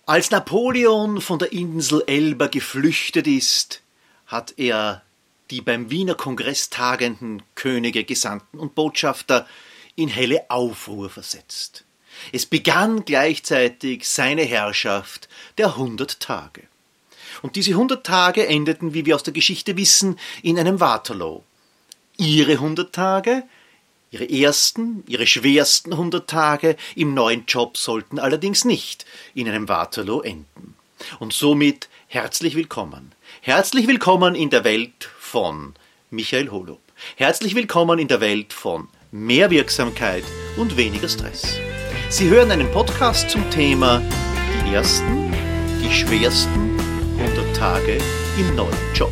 Als Napoleon von der Insel Elba geflüchtet ist, hat er die beim Wiener Kongress tagenden Könige, Gesandten und Botschafter in helle Aufruhr versetzt. Es begann gleichzeitig seine Herrschaft der 100 Tage. Und diese 100 Tage endeten, wie wir aus der Geschichte wissen, in einem Waterloo. Ihre 100 Tage, ihre ersten, ihre schwersten 100 Tage im neuen Job sollten allerdings nicht in einem Waterloo enden. Und somit herzlich willkommen. Herzlich willkommen in der Welt von Michael Holub. Herzlich willkommen in der Welt von mehr Wirksamkeit und weniger Stress. Sie hören einen Podcast zum Thema die ersten, die schwersten 100 Tage im neuen Job.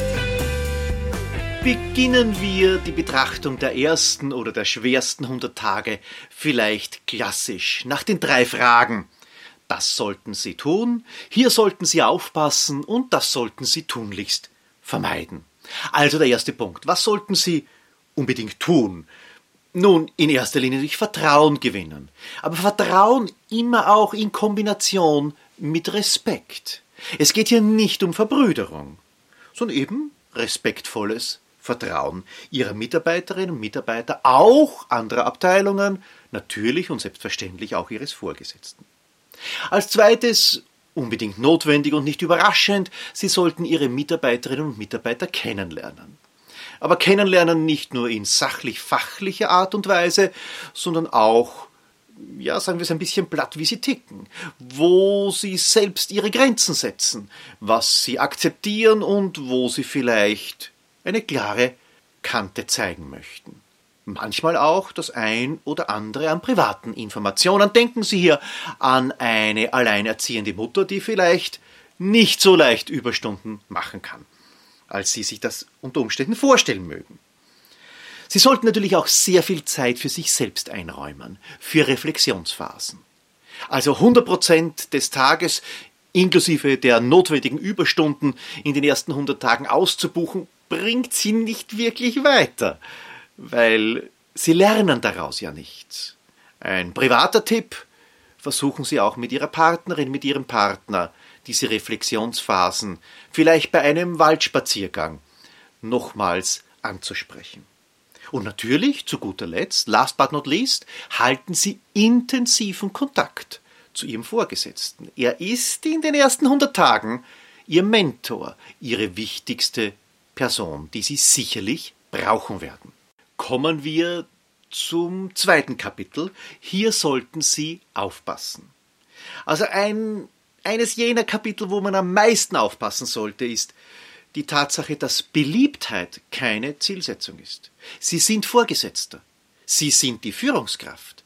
Beginnen wir die Betrachtung der ersten oder der schwersten 100 Tage vielleicht klassisch nach den 3 Fragen. Das sollten Sie tun, hier sollten Sie aufpassen und das sollten Sie tunlichst vermeiden. Also der erste Punkt. Was sollten Sie unbedingt tun? Nun, in erster Linie durch Vertrauen gewinnen. Aber Vertrauen immer auch in Kombination mit Respekt. Es geht hier nicht um Verbrüderung, sondern eben respektvolles Vertrauen Ihrer Mitarbeiterinnen und Mitarbeiter, auch anderer Abteilungen, natürlich und selbstverständlich auch Ihres Vorgesetzten. Als zweites, unbedingt notwendig und nicht überraschend, Sie sollten Ihre Mitarbeiterinnen und Mitarbeiter kennenlernen. Aber kennenlernen nicht nur in sachlich-fachlicher Art und Weise, sondern auch, ja, sagen wir es ein bisschen platt, wie sie ticken, wo sie selbst ihre Grenzen setzen, was sie akzeptieren und wo sie vielleicht eine klare Kante zeigen möchten. Manchmal auch das ein oder andere an privaten Informationen. Denken Sie hier an eine alleinerziehende Mutter, die vielleicht nicht so leicht Überstunden machen kann, als Sie sich das unter Umständen vorstellen mögen. Sie sollten natürlich auch sehr viel Zeit für sich selbst einräumen, für Reflexionsphasen. Also 100% des Tages, inklusive der notwendigen Überstunden in den ersten 100 Tagen auszubuchen, bringt Sie nicht wirklich weiter, weil Sie lernen daraus ja nichts. Ein privater Tipp: Versuchen Sie auch mit Ihrer Partnerin, mit Ihrem Partner diese Reflexionsphasen vielleicht bei einem Waldspaziergang nochmals anzusprechen. Und natürlich, zu guter Letzt, last but not least, halten Sie intensiven Kontakt zu Ihrem Vorgesetzten. Er ist in den ersten 100 Tagen Ihr Mentor, Ihre wichtigste Person, die Sie sicherlich brauchen werden. Kommen wir zum zweiten Kapitel. Hier sollten Sie aufpassen. Also eines jener Kapitel, wo man am meisten aufpassen sollte, ist die Tatsache, dass Beliebtheit keine Zielsetzung ist. Sie sind Vorgesetzter. Sie sind die Führungskraft.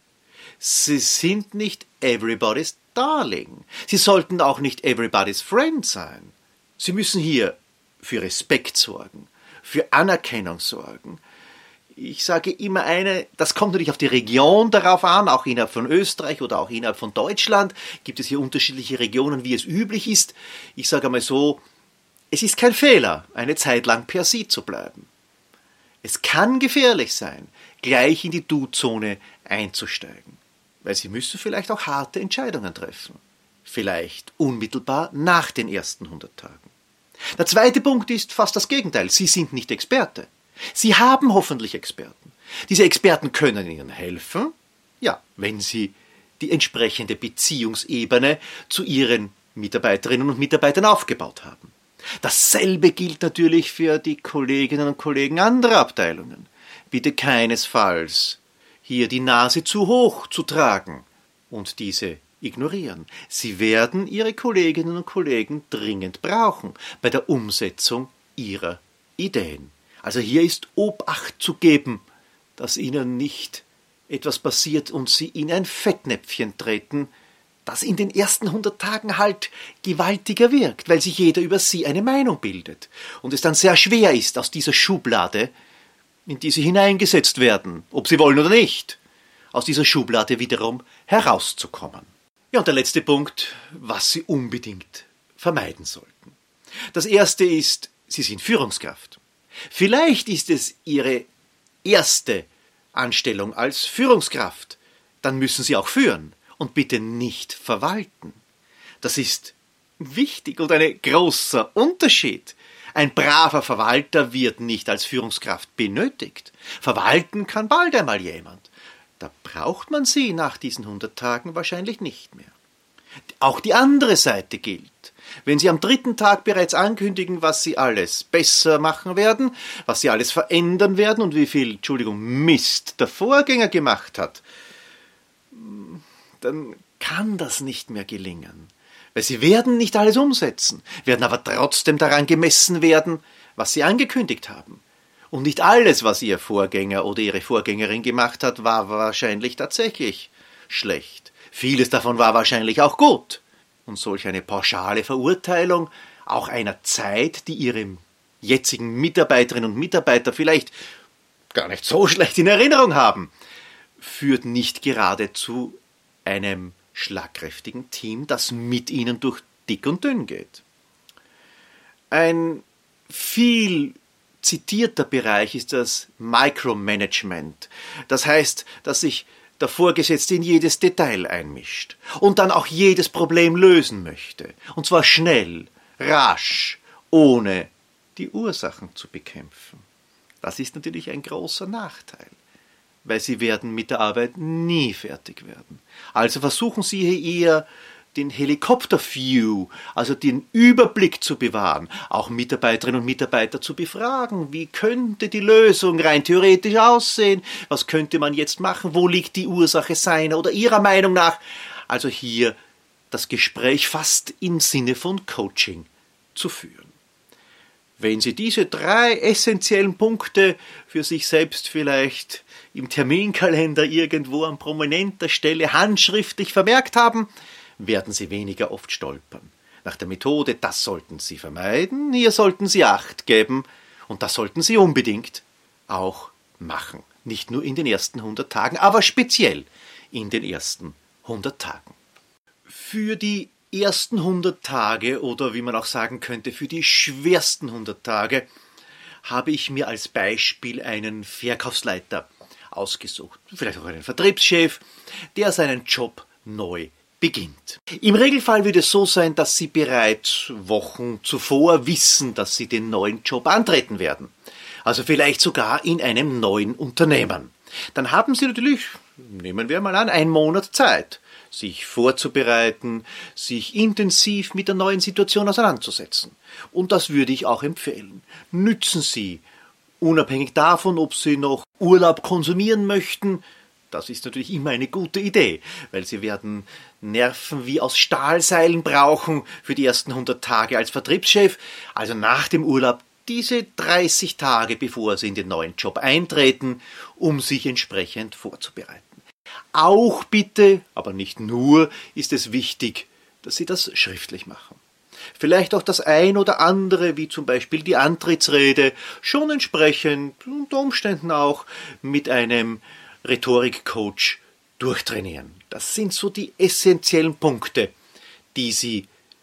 Sie sind nicht everybody's darling. Sie sollten auch nicht everybody's friend sein. Sie müssen hier für Respekt sorgen, für Anerkennung sorgen. Ich sage immer das kommt natürlich auf die Region darauf an, auch innerhalb von Österreich oder auch innerhalb von Deutschland gibt es hier unterschiedliche Regionen, wie es üblich ist. Ich sage einmal so, es ist kein Fehler, eine Zeit lang per Sie zu bleiben. Es kann gefährlich sein, gleich in die Du-Zone einzusteigen, weil Sie müssen vielleicht auch harte Entscheidungen treffen. Vielleicht unmittelbar nach den ersten 100 Tagen. Der zweite Punkt ist fast das Gegenteil. Sie sind nicht Experte. Sie haben hoffentlich Experten. Diese Experten können Ihnen helfen, ja, wenn Sie die entsprechende Beziehungsebene zu Ihren Mitarbeiterinnen und Mitarbeitern aufgebaut haben. Dasselbe gilt natürlich für die Kolleginnen und Kollegen anderer Abteilungen. Bitte keinesfalls hier die Nase zu hoch zu tragen und diese ignorieren. Sie werden Ihre Kolleginnen und Kollegen dringend brauchen bei der Umsetzung Ihrer Ideen. Also hier ist Obacht zu geben, dass Ihnen nicht etwas passiert und Sie in ein Fettnäpfchen treten, das in den ersten 100 Tagen halt gewaltiger wirkt, weil sich jeder über Sie eine Meinung bildet und es dann sehr schwer ist, aus dieser Schublade, in die Sie hineingesetzt werden, ob Sie wollen oder nicht, aus dieser Schublade wiederum herauszukommen. Ja, und der letzte Punkt, was Sie unbedingt vermeiden sollten. Das erste ist, Sie sind Führungskraft. Vielleicht ist es Ihre erste Anstellung als Führungskraft. Dann müssen Sie auch führen und bitte nicht verwalten. Das ist wichtig und ein großer Unterschied. Ein braver Verwalter wird nicht als Führungskraft benötigt. Verwalten kann bald einmal jemand. Da braucht man sie nach diesen 100 Tagen wahrscheinlich nicht mehr. Auch die andere Seite gilt. Wenn Sie am 3. Tag bereits ankündigen, was Sie alles besser machen werden, was Sie alles verändern werden und wie viel, Mist der Vorgänger gemacht hat, dann kann das nicht mehr gelingen. Weil Sie werden nicht alles umsetzen, werden aber trotzdem daran gemessen werden, was Sie angekündigt haben. Und nicht alles, was Ihr Vorgänger oder Ihre Vorgängerin gemacht hat, war wahrscheinlich tatsächlich schlecht. Vieles davon war wahrscheinlich auch gut. Und solch eine pauschale Verurteilung auch einer Zeit, die Ihre jetzigen Mitarbeiterinnen und Mitarbeiter vielleicht gar nicht so schlecht in Erinnerung haben, führt nicht gerade zu einem schlagkräftigen Team, das mit Ihnen durch dick und dünn geht. Ein viel zitierter Bereich ist das Micromanagement. Das heißt, dass sich der Vorgesetzte in jedes Detail einmischt und dann auch jedes Problem lösen möchte. Und zwar schnell, rasch, ohne die Ursachen zu bekämpfen. Das ist natürlich ein großer Nachteil, weil Sie werden mit der Arbeit nie fertig werden. Also versuchen Sie hier eher den Helikopter-View, also den Überblick zu bewahren, auch Mitarbeiterinnen und Mitarbeiter zu befragen. Wie könnte die Lösung rein theoretisch aussehen? Was könnte man jetzt machen? Wo liegt die Ursache seiner oder Ihrer Meinung nach? Also hier das Gespräch fast im Sinne von Coaching zu führen. Wenn Sie diese 3 essentiellen Punkte für sich selbst vielleicht im Terminkalender irgendwo an prominenter Stelle handschriftlich vermerkt haben, werden Sie weniger oft stolpern. Nach der Methode, das sollten Sie vermeiden, hier sollten Sie Acht geben und das sollten Sie unbedingt auch machen. Nicht nur in den ersten 100 Tagen, aber speziell in den ersten 100 Tagen. Für die ersten 100 Tage oder wie man auch sagen könnte, für die schwersten 100 Tage habe ich mir als Beispiel einen Verkaufsleiter ausgesucht, vielleicht auch einen Vertriebschef, der seinen Job neu beginnt. Im Regelfall wird es so sein, dass Sie bereits Wochen zuvor wissen, dass Sie den neuen Job antreten werden. Also vielleicht sogar in einem neuen Unternehmen. Dann haben Sie natürlich, nehmen wir mal an, 1 Monat Zeit, sich vorzubereiten, sich intensiv mit der neuen Situation auseinanderzusetzen. Und das würde ich auch empfehlen. Nützen Sie, unabhängig davon, ob Sie noch Urlaub konsumieren möchten, das ist natürlich immer eine gute Idee, weil Sie werden Nerven wie aus Stahlseilen brauchen für die ersten 100 Tage als Vertriebschef, also nach dem Urlaub diese 30 Tage, bevor Sie in den neuen Job eintreten, um sich entsprechend vorzubereiten. Auch bitte, aber nicht nur, ist es wichtig, dass Sie das schriftlich machen. Vielleicht auch das ein oder andere, wie zum Beispiel die Antrittsrede, schon entsprechend, unter Umständen auch mit einem Rhetorikcoach durchtrainieren. Das sind so die essentiellen Punkte, die Sie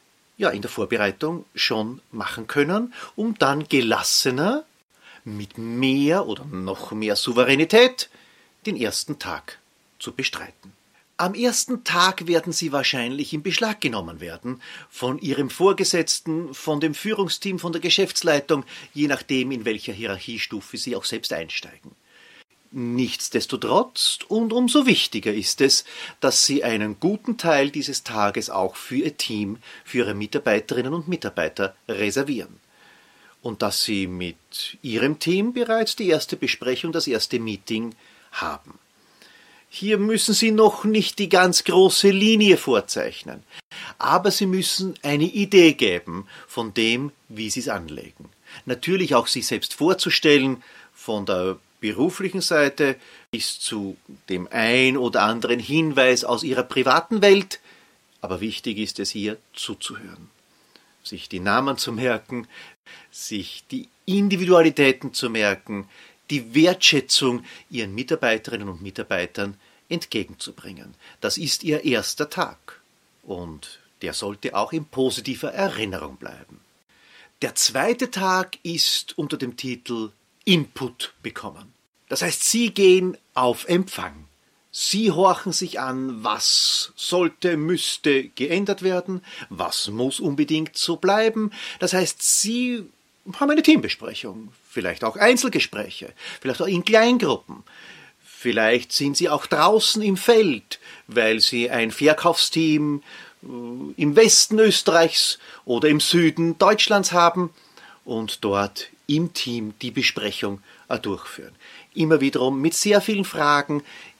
in der Vorbereitung schon machen können, um dann gelassener, mit mehr oder noch mehr Souveränität den ersten Tag zu bestreiten. Am ersten Tag werden Sie wahrscheinlich in Beschlag genommen werden von Ihrem Vorgesetzten, von dem Führungsteam, von der Geschäftsleitung, je nachdem, in welcher Hierarchiestufe Sie auch selbst einsteigen. Nichtsdestotrotz und umso wichtiger ist es, dass Sie einen guten Teil dieses Tages auch für Ihr Team, für Ihre Mitarbeiterinnen und Mitarbeiter reservieren. Und dass Sie mit Ihrem Team bereits die erste Besprechung, das erste Meeting haben. Hier müssen Sie noch nicht die ganz große Linie vorzeichnen, aber Sie müssen eine Idee geben von dem, wie Sie es anlegen. Natürlich auch sich selbst vorzustellen, von der beruflichen Seite bis zu dem ein oder anderen Hinweis aus Ihrer privaten Welt, aber wichtig ist es hier zuzuhören, sich die Namen zu merken, sich die Individualitäten zu merken, die Wertschätzung Ihren Mitarbeiterinnen und Mitarbeitern entgegenzubringen. Das ist Ihr erster Tag und der sollte auch in positiver Erinnerung bleiben. Der zweite Tag ist unter dem Titel Input bekommen. Das heißt, Sie gehen auf Empfang. Sie horchen sich an, was sollte, müsste geändert werden, was muss unbedingt so bleiben. Das heißt, Sie haben eine Teambesprechung, vielleicht auch Einzelgespräche, vielleicht auch in Kleingruppen. Vielleicht sind Sie auch draußen im Feld, weil Sie ein Verkaufsteam im Westen Österreichs oder im Süden Deutschlands haben und dort im Team die Besprechung durchführen. Immer wiederum mit sehr vielen Fragen,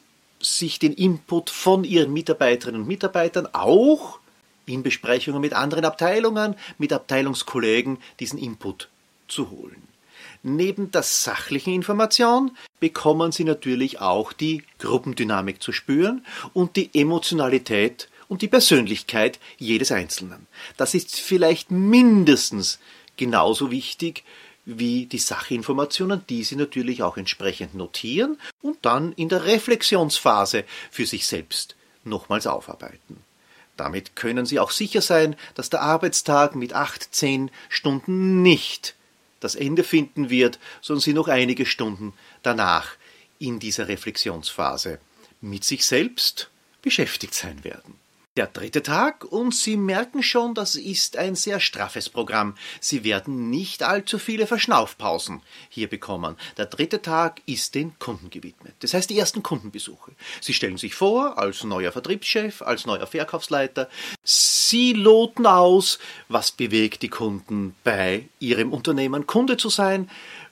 sich den Input von Ihren Mitarbeiterinnen und Mitarbeitern auch in Besprechungen mit anderen Abteilungen, mit Abteilungskollegen diesen Input zu holen. Neben der sachlichen Information bekommen Sie natürlich auch die Gruppendynamik zu spüren und die Emotionalität und die Persönlichkeit jedes Einzelnen. Das ist vielleicht mindestens genauso wichtig wie die Sachinformationen, die Sie natürlich auch entsprechend notieren und dann in der Reflexionsphase für sich selbst nochmals aufarbeiten. Damit können Sie auch sicher sein, dass der Arbeitstag mit 8-10 Stunden nicht das Ende finden wird, sondern Sie noch einige Stunden danach in dieser Reflexionsphase mit sich selbst beschäftigt sein werden. Der 3. Tag und Sie merken schon, das ist ein sehr straffes Programm. Sie werden nicht allzu viele Verschnaufpausen hier bekommen. Der 3. Tag ist den Kunden gewidmet. Das heißt die ersten Kundenbesuche. Sie stellen sich vor als neuer Vertriebschef, als neuer Verkaufsleiter. Sie loten aus, was bewegt die Kunden bei Ihrem Unternehmen Kunde zu sein,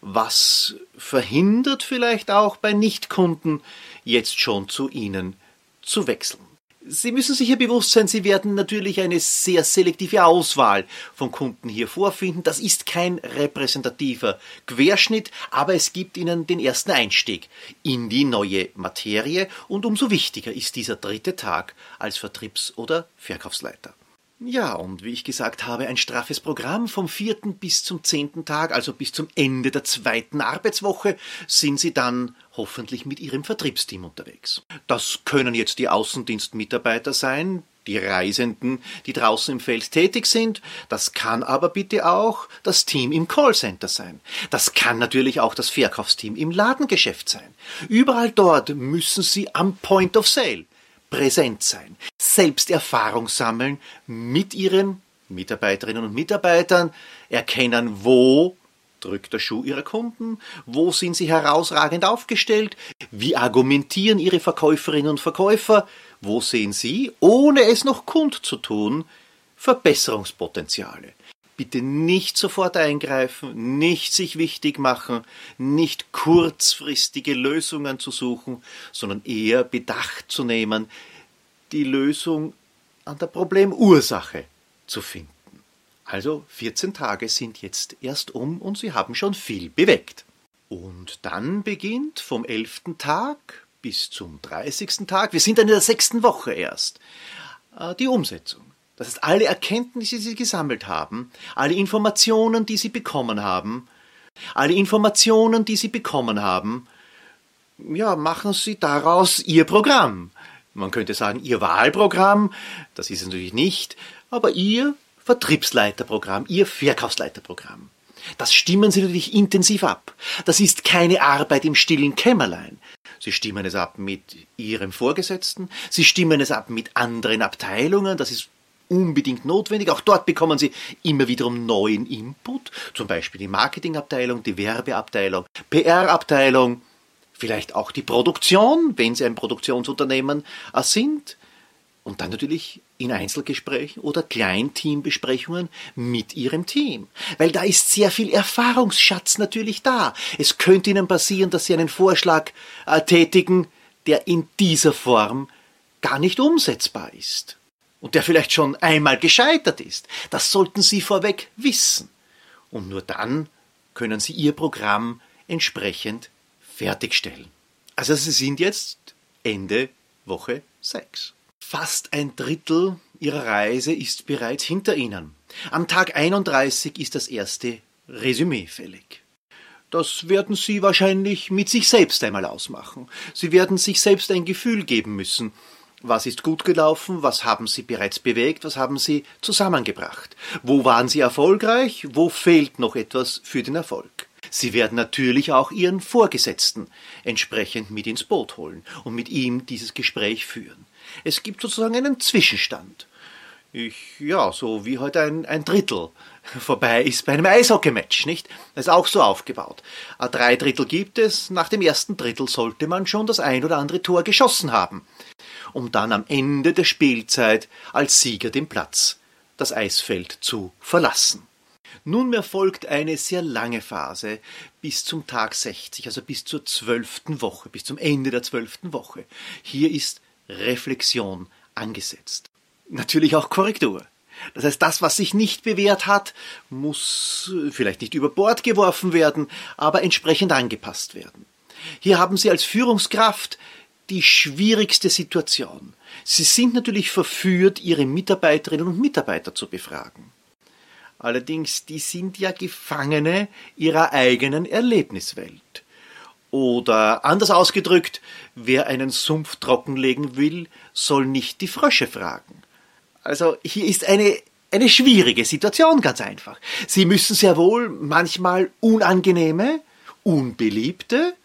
was verhindert vielleicht auch bei Nichtkunden jetzt schon zu Ihnen zu wechseln. Sie müssen sich hier bewusst sein, Sie werden natürlich eine sehr selektive Auswahl von Kunden hier vorfinden. Das ist kein repräsentativer Querschnitt, aber es gibt Ihnen den ersten Einstieg in die neue Materie und umso wichtiger ist dieser 3. Tag als Vertriebs- oder Verkaufsleiter. Ja, und wie ich gesagt habe, ein straffes Programm vom 4. bis zum 10. Tag, also bis zum Ende der 2. Arbeitswoche, sind Sie dann hoffentlich mit Ihrem Vertriebsteam unterwegs. Das können jetzt die Außendienstmitarbeiter sein, die Reisenden, die draußen im Feld tätig sind. Das kann aber bitte auch das Team im Callcenter sein. Das kann natürlich auch das Verkaufsteam im Ladengeschäft sein. Überall dort müssen Sie am Point of Sale präsent sein, selbst Erfahrung sammeln mit Ihren Mitarbeiterinnen und Mitarbeitern, erkennen, wo drückt der Schuh Ihrer Kunden, wo sind sie herausragend aufgestellt, wie argumentieren Ihre Verkäuferinnen und Verkäufer, wo sehen Sie, ohne es noch kundzutun, Verbesserungspotenziale. Bitte nicht sofort eingreifen, nicht sich wichtig machen, nicht kurzfristige Lösungen zu suchen, sondern eher Bedacht zu nehmen, die Lösung an der Problemursache zu finden. Also 14 Tage sind jetzt erst und Sie haben schon viel bewegt. Und dann beginnt vom 11. Tag bis zum 30. Tag, wir sind dann in der 6. Woche erst, die Umsetzung. Das heißt, alle Erkenntnisse, die Sie gesammelt haben, alle Informationen, die Sie bekommen haben, ja, machen Sie daraus Ihr Programm. Man könnte sagen, Ihr Wahlprogramm, das ist es natürlich nicht, aber Ihr Vertriebsleiterprogramm, Ihr Verkaufsleiterprogramm. Das stimmen Sie natürlich intensiv ab. Das ist keine Arbeit im stillen Kämmerlein. Sie stimmen es ab mit Ihrem Vorgesetzten, Sie stimmen es ab mit anderen Abteilungen, das ist unbedingt notwendig. Auch dort bekommen Sie immer wiederum neuen Input, zum Beispiel die Marketingabteilung, die Werbeabteilung, PR-Abteilung, vielleicht auch die Produktion, wenn Sie ein Produktionsunternehmen sind. Und dann natürlich in Einzelgesprächen oder Kleinteambesprechungen mit Ihrem Team. Weil da ist sehr viel Erfahrungsschatz natürlich da. Es könnte Ihnen passieren, dass Sie einen Vorschlag tätigen, der in dieser Form gar nicht umsetzbar ist. Und der vielleicht schon einmal gescheitert ist. Das sollten Sie vorweg wissen. Und nur dann können Sie Ihr Programm entsprechend fertigstellen. Also Sie sind jetzt Ende Woche 6. Fast ein Drittel Ihrer Reise ist bereits hinter Ihnen. Am Tag 31 ist das erste Resümee fällig. Das werden Sie wahrscheinlich mit sich selbst einmal ausmachen. Sie werden sich selbst ein Gefühl geben müssen. Was ist gut gelaufen? Was haben Sie bereits bewegt? Was haben Sie zusammengebracht? Wo waren Sie erfolgreich? Wo fehlt noch etwas für den Erfolg? Sie werden natürlich auch Ihren Vorgesetzten entsprechend mit ins Boot holen und mit ihm dieses Gespräch führen. Es gibt sozusagen einen Zwischenstand. So wie heute ein Drittel vorbei ist bei einem Eishockeymatch, nicht? Das ist auch so aufgebaut. 3 Drittel gibt es, nach dem ersten Drittel sollte man schon das ein oder andere Tor geschossen haben, um dann am Ende der Spielzeit als Sieger den Platz, das Eisfeld zu verlassen. Nunmehr folgt eine sehr lange Phase bis zum Tag 60, also bis zur 12. Woche, bis zum Ende der 12. Woche. Hier ist Reflexion angesetzt. Natürlich auch Korrektur. Das heißt, das, was sich nicht bewährt hat, muss vielleicht nicht über Bord geworfen werden, aber entsprechend angepasst werden. Hier haben Sie als Führungskraft die schwierigste Situation. Sie sind natürlich verführt, Ihre Mitarbeiterinnen und Mitarbeiter zu befragen. Allerdings, die sind ja Gefangene ihrer eigenen Erlebniswelt. Oder anders ausgedrückt, wer einen Sumpf trockenlegen will, soll nicht die Frösche fragen. Also hier ist eine schwierige Situation, ganz einfach. Sie müssen sehr wohl manchmal unangenehme, unbeliebte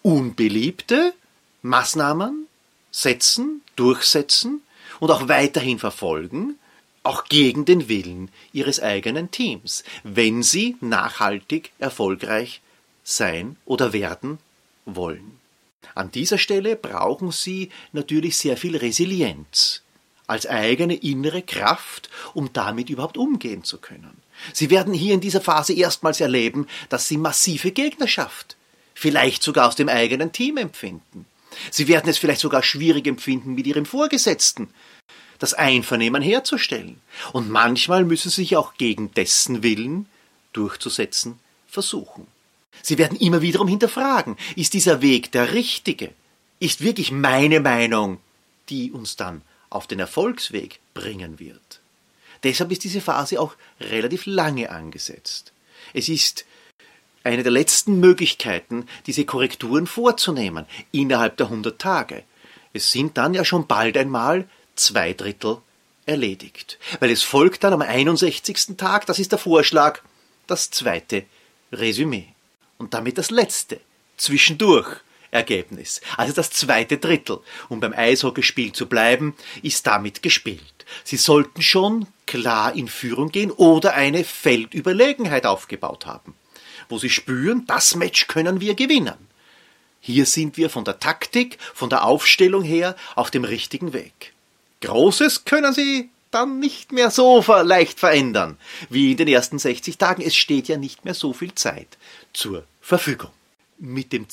Maßnahmen setzen, durchsetzen und auch weiterhin verfolgen, auch gegen den Willen Ihres eigenen Teams, wenn Sie nachhaltig erfolgreich sein oder werden wollen. An dieser Stelle brauchen Sie natürlich sehr viel Resilienz als eigene innere Kraft, um damit überhaupt umgehen zu können. Sie werden hier in dieser Phase erstmals erleben, dass Sie massive Gegnerschaft, vielleicht sogar aus dem eigenen Team empfinden. Sie werden es vielleicht sogar schwierig empfinden, mit Ihrem Vorgesetzten das Einvernehmen herzustellen. Und manchmal müssen Sie sich auch gegen dessen Willen durchzusetzen versuchen. Sie werden immer wiederum hinterfragen, ist dieser Weg der richtige? Ist wirklich meine Meinung, die uns dann auf den Erfolgsweg bringen wird? Deshalb ist diese Phase auch relativ lange angesetzt. Es ist eine der letzten Möglichkeiten, diese Korrekturen vorzunehmen, innerhalb der 100 Tage. Es sind dann ja schon bald einmal 2 Drittel erledigt. Weil es folgt dann am 61. Tag, das ist der Vorschlag, das zweite Resümee. Und damit das letzte, zwischendurch Ergebnis. Also das 2. Drittel, um beim Eishockeyspiel zu bleiben, ist damit gespielt. Sie sollten schon klar in Führung gehen oder eine Feldüberlegenheit aufgebaut haben, wo Sie spüren, das Match können wir gewinnen. Hier sind wir von der Taktik, von der Aufstellung her auf dem richtigen Weg. Großes können Sie dann nicht mehr so leicht verändern, wie in den ersten 60 Tagen. Es steht ja nicht mehr so viel Zeit zur Verfügung. Mit dem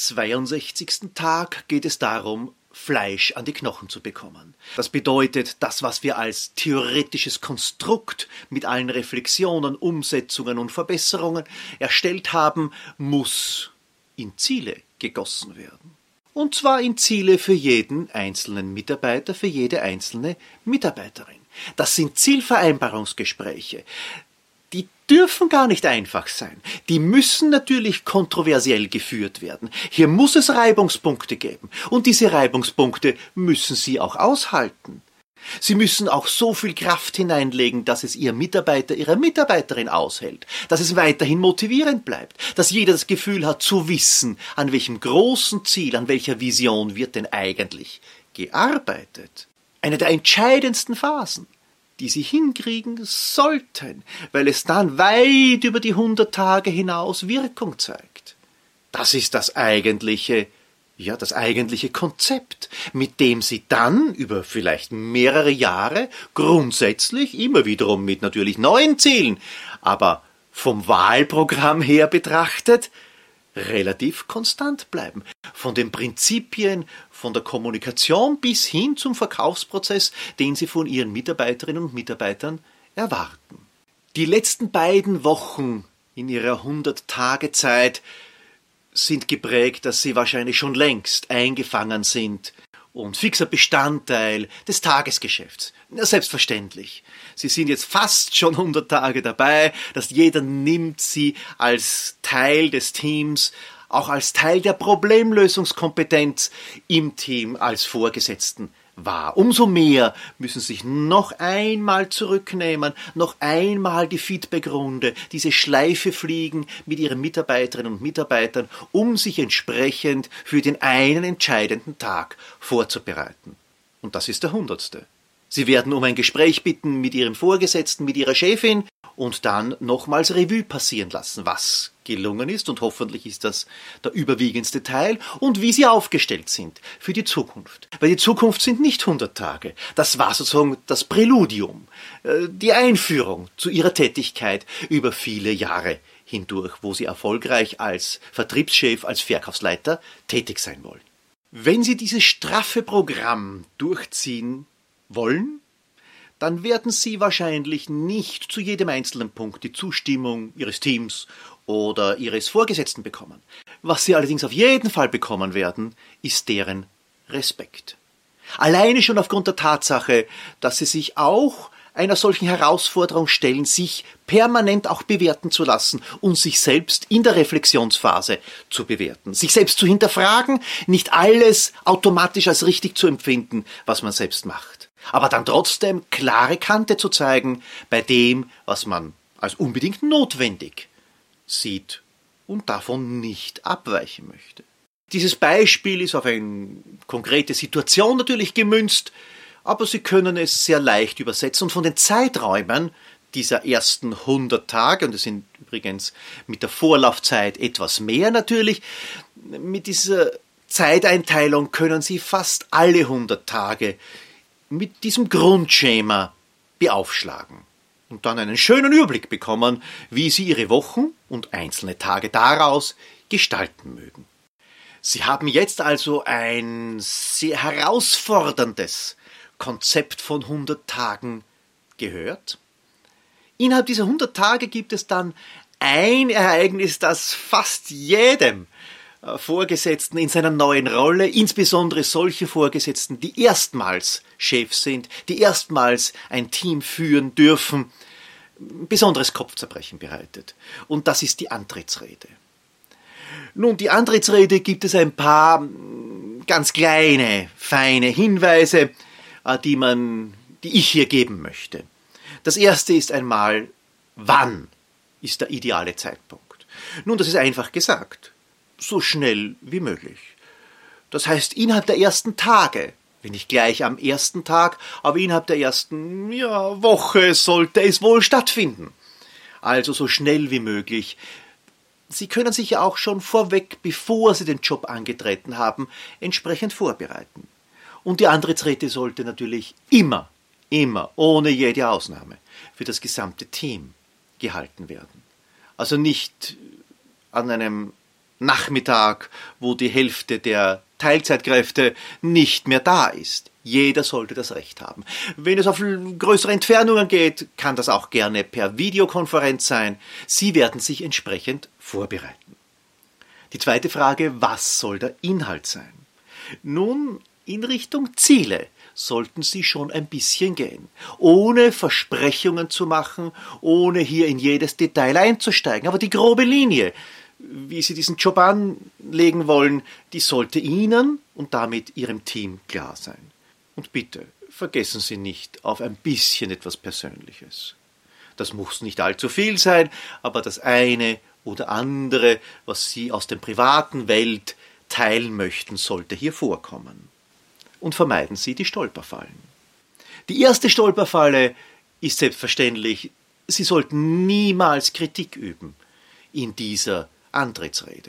62. Tag geht es darum, Fleisch an die Knochen zu bekommen. Das bedeutet, das, was wir als theoretisches Konstrukt mit allen Reflexionen, Umsetzungen und Verbesserungen erstellt haben, muss in Ziele gegossen werden. Und zwar in Ziele für jeden einzelnen Mitarbeiter, für jede einzelne Mitarbeiterin. Das sind Zielvereinbarungsgespräche. Die dürfen gar nicht einfach sein. Die müssen natürlich kontroversiell geführt werden. Hier muss es Reibungspunkte geben. Und diese Reibungspunkte müssen Sie auch aushalten. Sie müssen auch so viel Kraft hineinlegen, dass es Ihr Mitarbeiter, Ihre Mitarbeiterin aushält, dass es weiterhin motivierend bleibt, dass jeder das Gefühl hat zu wissen, an welchem großen Ziel, an welcher Vision wird denn eigentlich gearbeitet. Eine der entscheidendsten Phasen, die Sie hinkriegen sollten, weil es dann weit über die 100 Tage hinaus Wirkung zeigt. Das ist das eigentliche Konzept, mit dem Sie dann über vielleicht mehrere Jahre grundsätzlich, immer wiederum mit natürlich neuen Zielen, aber vom Wahlprogramm her betrachtet, relativ konstant bleiben. Von den Prinzipien, von der Kommunikation bis hin zum Verkaufsprozess, den Sie von Ihren Mitarbeiterinnen und Mitarbeitern erwarten. Die letzten beiden Wochen in Ihrer 100-Tage-Zeit sind geprägt, dass Sie wahrscheinlich schon längst eingefangen sind und fixer Bestandteil des Tagesgeschäfts. Selbstverständlich. Sie sind jetzt fast schon 100 Tage dabei, dass jeder nimmt Sie als Teil des Teams, auch als Teil der Problemlösungskompetenz im Team als Vorgesetzten wahr. Umso mehr müssen Sie sich noch einmal zurücknehmen, noch einmal die Feedbackrunde, diese Schleife fliegen mit Ihren Mitarbeiterinnen und Mitarbeitern, um sich entsprechend für den einen entscheidenden Tag vorzubereiten. Und das ist der 100. Sie werden um ein Gespräch bitten mit Ihrem Vorgesetzten, mit Ihrer Chefin und dann nochmals Revue passieren lassen, was gelungen ist, und hoffentlich ist das der überwiegendste Teil, und wie Sie aufgestellt sind für die Zukunft. Weil die Zukunft sind nicht 100 Tage. Das war sozusagen das Präludium, die Einführung zu Ihrer Tätigkeit über viele Jahre hindurch, wo Sie erfolgreich als Vertriebschef, als Verkaufsleiter tätig sein wollen. Wenn Sie dieses straffe Programm durchziehen wollen, dann werden Sie wahrscheinlich nicht zu jedem einzelnen Punkt die Zustimmung Ihres Teams oder Ihres Vorgesetzten bekommen. Was Sie allerdings auf jeden Fall bekommen werden, ist deren Respekt. Alleine schon aufgrund der Tatsache, dass Sie sich auch einer solchen Herausforderung stellen, sich permanent auch bewerten zu lassen und sich selbst in der Reflexionsphase zu bewerten, sich selbst zu hinterfragen, nicht alles automatisch als richtig zu empfinden, was man selbst macht, aber dann trotzdem klare Kante zu zeigen bei dem, was man als unbedingt notwendig sieht und davon nicht abweichen möchte. Dieses Beispiel ist auf eine konkrete Situation natürlich gemünzt, aber Sie können es sehr leicht übersetzen und von den Zeiträumen dieser ersten 100 Tage, und es sind übrigens mit der Vorlaufzeit etwas mehr natürlich, mit dieser Zeiteinteilung können Sie fast alle 100 Tage mit diesem Grundschema beaufschlagen und dann einen schönen Überblick bekommen, wie Sie Ihre Wochen und einzelne Tage daraus gestalten mögen. Sie haben jetzt also ein sehr herausforderndes Konzept von 100 Tagen gehört. Innerhalb dieser 100 Tage gibt es dann ein Ereignis, das fast jedem Vorgesetzten in seiner neuen Rolle, insbesondere solche Vorgesetzten, die erstmals Chef sind, die erstmals ein Team führen dürfen, besonderes Kopfzerbrechen bereitet. Und das ist die Antrittsrede. Nun, die Antrittsrede gibt es ein paar ganz kleine, feine Hinweise, die ich hier geben möchte. Das erste ist einmal, wann ist der ideale Zeitpunkt? Nun, das ist einfach gesagt. So schnell wie möglich. Das heißt, innerhalb der ersten Tage, wenn nicht gleich am ersten Tag, aber innerhalb der ersten Woche sollte es wohl stattfinden. Also so schnell wie möglich. Sie können sich ja auch schon vorweg, bevor Sie den Job angetreten haben, entsprechend vorbereiten. Und die Antrittsrede sollte natürlich immer, ohne jede Ausnahme, für das gesamte Team gehalten werden. Also nicht an einem Nachmittag, wo die Hälfte der Teilzeitkräfte nicht mehr da ist. Jeder sollte das Recht haben. Wenn es auf größere Entfernungen geht, kann das auch gerne per Videokonferenz sein. Sie werden sich entsprechend vorbereiten. Die zweite Frage, was soll der Inhalt sein? Nun, in Richtung Ziele sollten Sie schon ein bisschen gehen, ohne Versprechungen zu machen, ohne hier in jedes Detail einzusteigen. Aber die grobe Linie, wie Sie diesen Job anlegen wollen, die sollte Ihnen und damit Ihrem Team klar sein. Und bitte, vergessen Sie nicht auf ein bisschen etwas Persönliches. Das muss nicht allzu viel sein, aber das eine oder andere, was Sie aus der privaten Welt teilen möchten, sollte hier vorkommen. Und vermeiden Sie die Stolperfallen. Die erste Stolperfalle ist selbstverständlich, Sie sollten niemals Kritik üben in dieser Antrittsrede.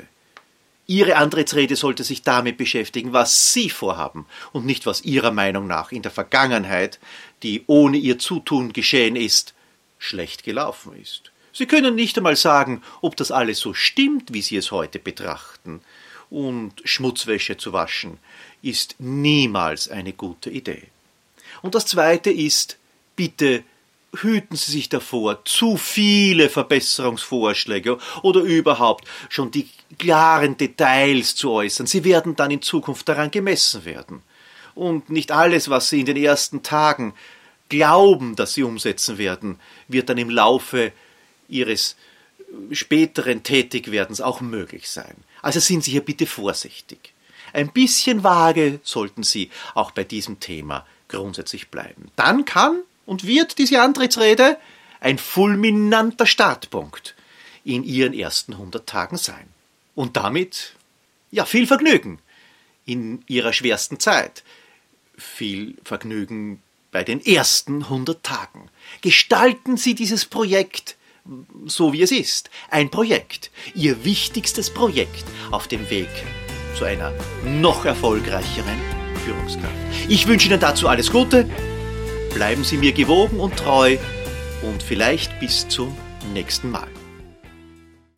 Ihre Antrittsrede sollte sich damit beschäftigen, was Sie vorhaben und nicht, was Ihrer Meinung nach in der Vergangenheit, die ohne Ihr Zutun geschehen ist, schlecht gelaufen ist. Sie können nicht einmal sagen, ob das alles so stimmt, wie Sie es heute betrachten. Und Schmutzwäsche zu waschen ist niemals eine gute Idee. Und das Zweite ist, bitte hüten Sie sich davor, zu viele Verbesserungsvorschläge oder überhaupt schon die klaren Details zu äußern. Sie werden dann in Zukunft daran gemessen werden. Und nicht alles, was Sie in den ersten Tagen glauben, dass Sie umsetzen werden, wird dann im Laufe Ihres späteren Tätigwerdens auch möglich sein. Also sind Sie hier bitte vorsichtig. Ein bisschen vage sollten Sie auch bei diesem Thema grundsätzlich bleiben. Dann kann und wird diese Antrittsrede ein fulminanter Startpunkt in Ihren ersten 100 Tagen sein. Und damit, ja, viel Vergnügen in Ihrer schwersten Zeit. Viel Vergnügen bei den ersten 100 Tagen. Gestalten Sie dieses Projekt so, wie es ist. Ein Projekt. Ihr wichtigstes Projekt auf dem Weg zu einer noch erfolgreicheren Führungskraft. Ich wünsche Ihnen dazu alles Gute. Bleiben Sie mir gewogen und treu und vielleicht bis zum nächsten Mal.